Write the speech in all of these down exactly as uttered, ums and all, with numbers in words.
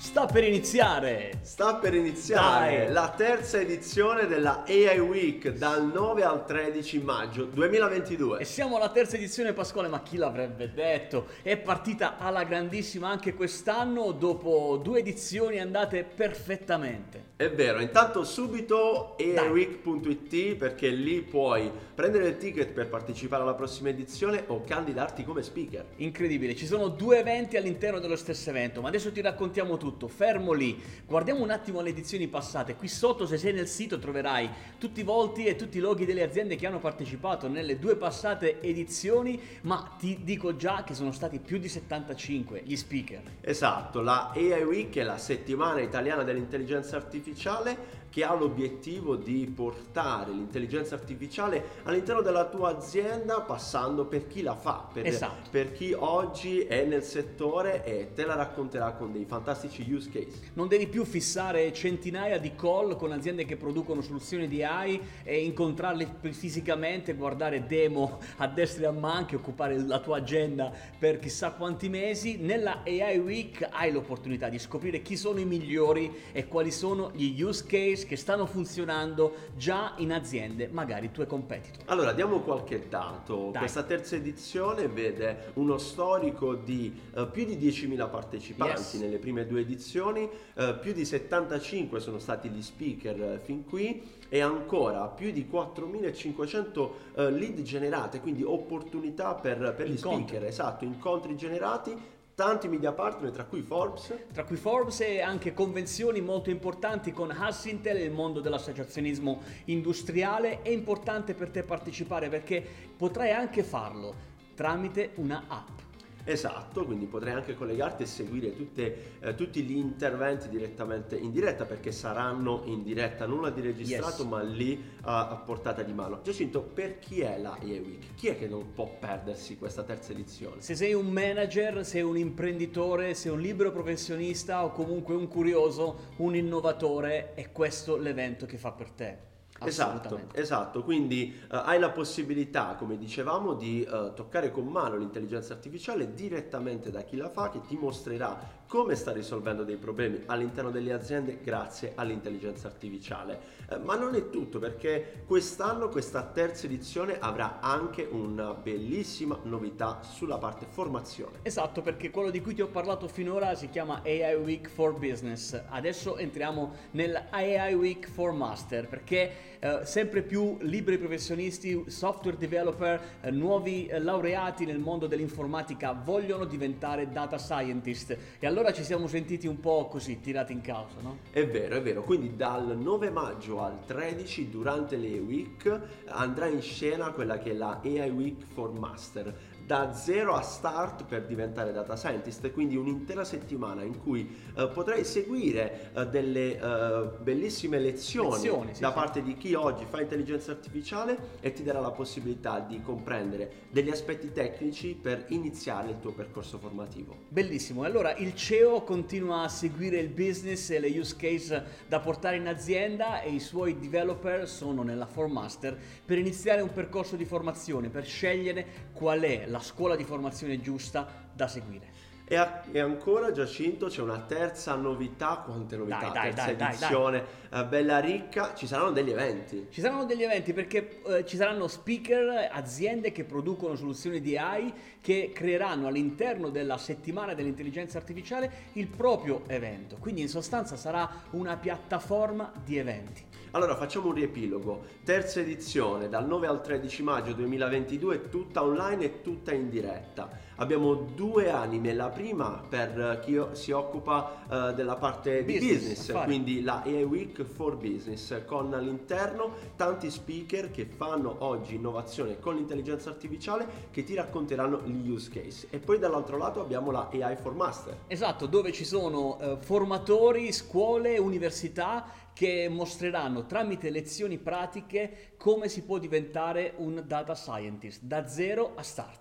Sta per iniziare! Sta per iniziare Dai. la terza edizione della A I Week dal nove al tredici maggio duemilaventidue. E siamo alla terza edizione, Pasquale, ma chi l'avrebbe detto? È partita alla grandissima anche quest'anno dopo due edizioni andate perfettamente. È vero, intanto subito a i week punto it perché lì puoi prendere il ticket per partecipare alla prossima edizione o candidarti come speaker. Incredibile, ci sono due eventi all'interno dello stesso evento, ma adesso ti raccontiamo tutto. Fermo lì, guardiamo un attimo le edizioni passate. Qui sotto, se sei nel sito, troverai tutti i volti e tutti i loghi delle aziende che hanno partecipato nelle due passate edizioni, ma ti dico già che sono stati più di settantacinque gli speaker. Esatto, la A I Week è la settimana italiana dell'intelligenza artificiale che ha l'obiettivo di portare l'intelligenza artificiale all'interno della tua azienda, passando per chi la fa, per, Esatto. per chi oggi è nel settore e te la racconterà con dei fantastici use case. Non devi più fissare centinaia di call con aziende che producono soluzioni di A I e incontrarle fisicamente, guardare demo a destra e a manca, occupare la tua agenda per chissà quanti mesi. Nella A I Week hai l'opportunità di scoprire chi sono i migliori e quali sono gli use case che stanno funzionando già in aziende, magari tue competitor. Allora, diamo qualche dato. Dai. Questa terza edizione vede uno storico di eh, più di diecimila partecipanti Yes. nelle prime due edizioni, eh, più di settantacinque sono stati gli speaker eh, fin qui e ancora più di quattromilacinquecento eh, lead generate, quindi opportunità per, per gli Incontri. speaker, esatto, incontri generati. Tanti media partner, tra cui Forbes. Tra cui Forbes e anche convenzioni molto importanti con Hassintel e il mondo dell'associazionismo industriale. È importante per te partecipare perché potrai anche farlo tramite una app. Esatto, quindi potrai anche collegarti e seguire tutte, eh, tutti gli interventi direttamente in diretta, perché saranno in diretta, nulla di registrato, Yes. ma lì a, a portata di mano. Giacinto, per chi è la A I Week? Chi è che non può perdersi questa terza edizione? Se sei un manager, sei un imprenditore, sei un libero professionista o comunque un curioso, un innovatore, è questo l'evento che fa per te. Esatto, Assolutamente. esatto, quindi uh, hai la possibilità, come dicevamo, di uh, toccare con mano l'intelligenza artificiale direttamente da chi la fa, che ti mostrerà come sta risolvendo dei problemi all'interno delle aziende grazie all'intelligenza artificiale. Eh, ma non è tutto, perché quest'anno questa terza edizione avrà anche una bellissima novità sulla parte formazione. Esatto, perché quello di cui ti ho parlato finora si chiama A I Week for Business. Adesso entriamo nel A I Week for Master, perché eh, sempre più liberi professionisti, software developer, eh, nuovi eh, laureati nel mondo dell'informatica vogliono diventare data scientist. E allora ci siamo sentiti un po' così, tirati in causa, no? È vero, è vero, quindi dal nove maggio al tredici, durante l'A I Week, andrà in scena quella che è la A I Week for Master, da zero a start per diventare data scientist, quindi un'intera settimana in cui eh, potrai seguire eh, delle eh, bellissime lezioni, Lezioni, sì, da sì. parte di chi oggi fa intelligenza artificiale e ti darà la possibilità di comprendere degli aspetti tecnici per iniziare il tuo percorso formativo. Bellissimo, e allora il C E O continua a seguire il business e le use case da portare in azienda e i suoi developer sono nella Formaster per iniziare un percorso di formazione, per scegliere qual è la scuola di formazione giusta da seguire. E, a- e ancora, Giacinto, c'è una terza novità. Quante novità? Dai, dai, terza dai, dai, edizione, eh, bella ricca. Ci saranno degli eventi. Ci saranno degli eventi perché eh, ci saranno speaker, aziende che producono soluzioni di A I che creeranno all'interno della settimana dell'intelligenza artificiale il proprio evento. Quindi in sostanza sarà una piattaforma di eventi. Allora, facciamo un riepilogo. Terza edizione dal nove al tredici maggio duemilaventidue, tutta online e tutta in diretta. Abbiamo due anime, la prima per chi si occupa uh, della parte di Business, business, affari. quindi la A I Week for Business, con all'interno tanti speaker che fanno oggi innovazione con l'intelligenza artificiale, che ti racconteranno gli use case. E poi dall'altro lato abbiamo la A I for Master. Esatto, dove ci sono eh, formatori, scuole, università che mostreranno tramite lezioni pratiche come si può diventare un data scientist da zero a start.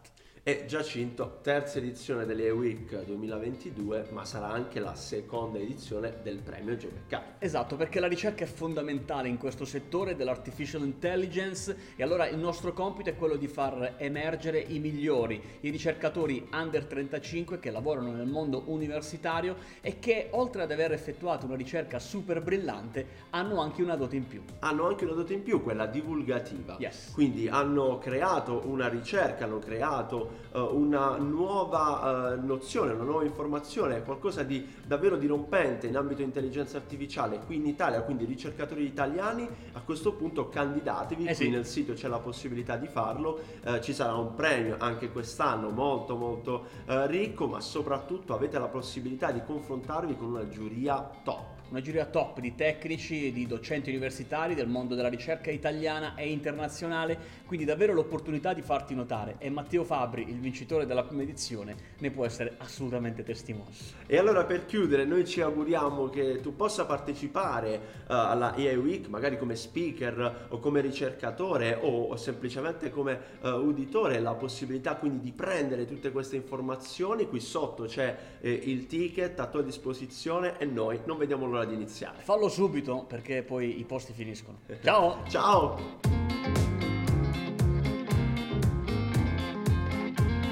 E Giacinto, terza edizione dell'A I Week duemilaventidue, ma sarà anche la seconda edizione del premio Geo Beccari. Esatto, perché la ricerca è fondamentale in questo settore dell'artificial intelligence e allora il nostro compito è quello di far emergere i migliori, i ricercatori under trentacinque che lavorano nel mondo universitario e che oltre ad aver effettuato una ricerca super brillante hanno anche una dote in più. Hanno anche una dote in più, quella divulgativa. Yes. Quindi hanno creato una ricerca, hanno creato uh, una nuova uh, nozione, una nuova informazione, qualcosa di davvero dirompente in ambito intelligenza artificiale qui in Italia, quindi ricercatori italiani, a questo punto candidatevi, eh sì. qui nel sito c'è la possibilità di farlo, uh, ci sarà un premio anche quest'anno molto molto uh, ricco, ma soprattutto avete la possibilità di confrontarvi con una giuria top. Una giuria top di tecnici e di docenti universitari del mondo della ricerca italiana e internazionale, quindi davvero l'opportunità di farti notare e Matteo Fabbri, il vincitore della prima edizione, ne può essere assolutamente testimone. E allora per chiudere noi ci auguriamo che tu possa partecipare uh, alla A I Week magari come speaker o come ricercatore o, o semplicemente come uh, uditore, la possibilità quindi di prendere tutte queste informazioni. Qui sotto c'è eh, il ticket a tua disposizione e noi non vediamo l'ora di iniziare. Fallo subito perché poi i posti finiscono. Ciao! Ciao!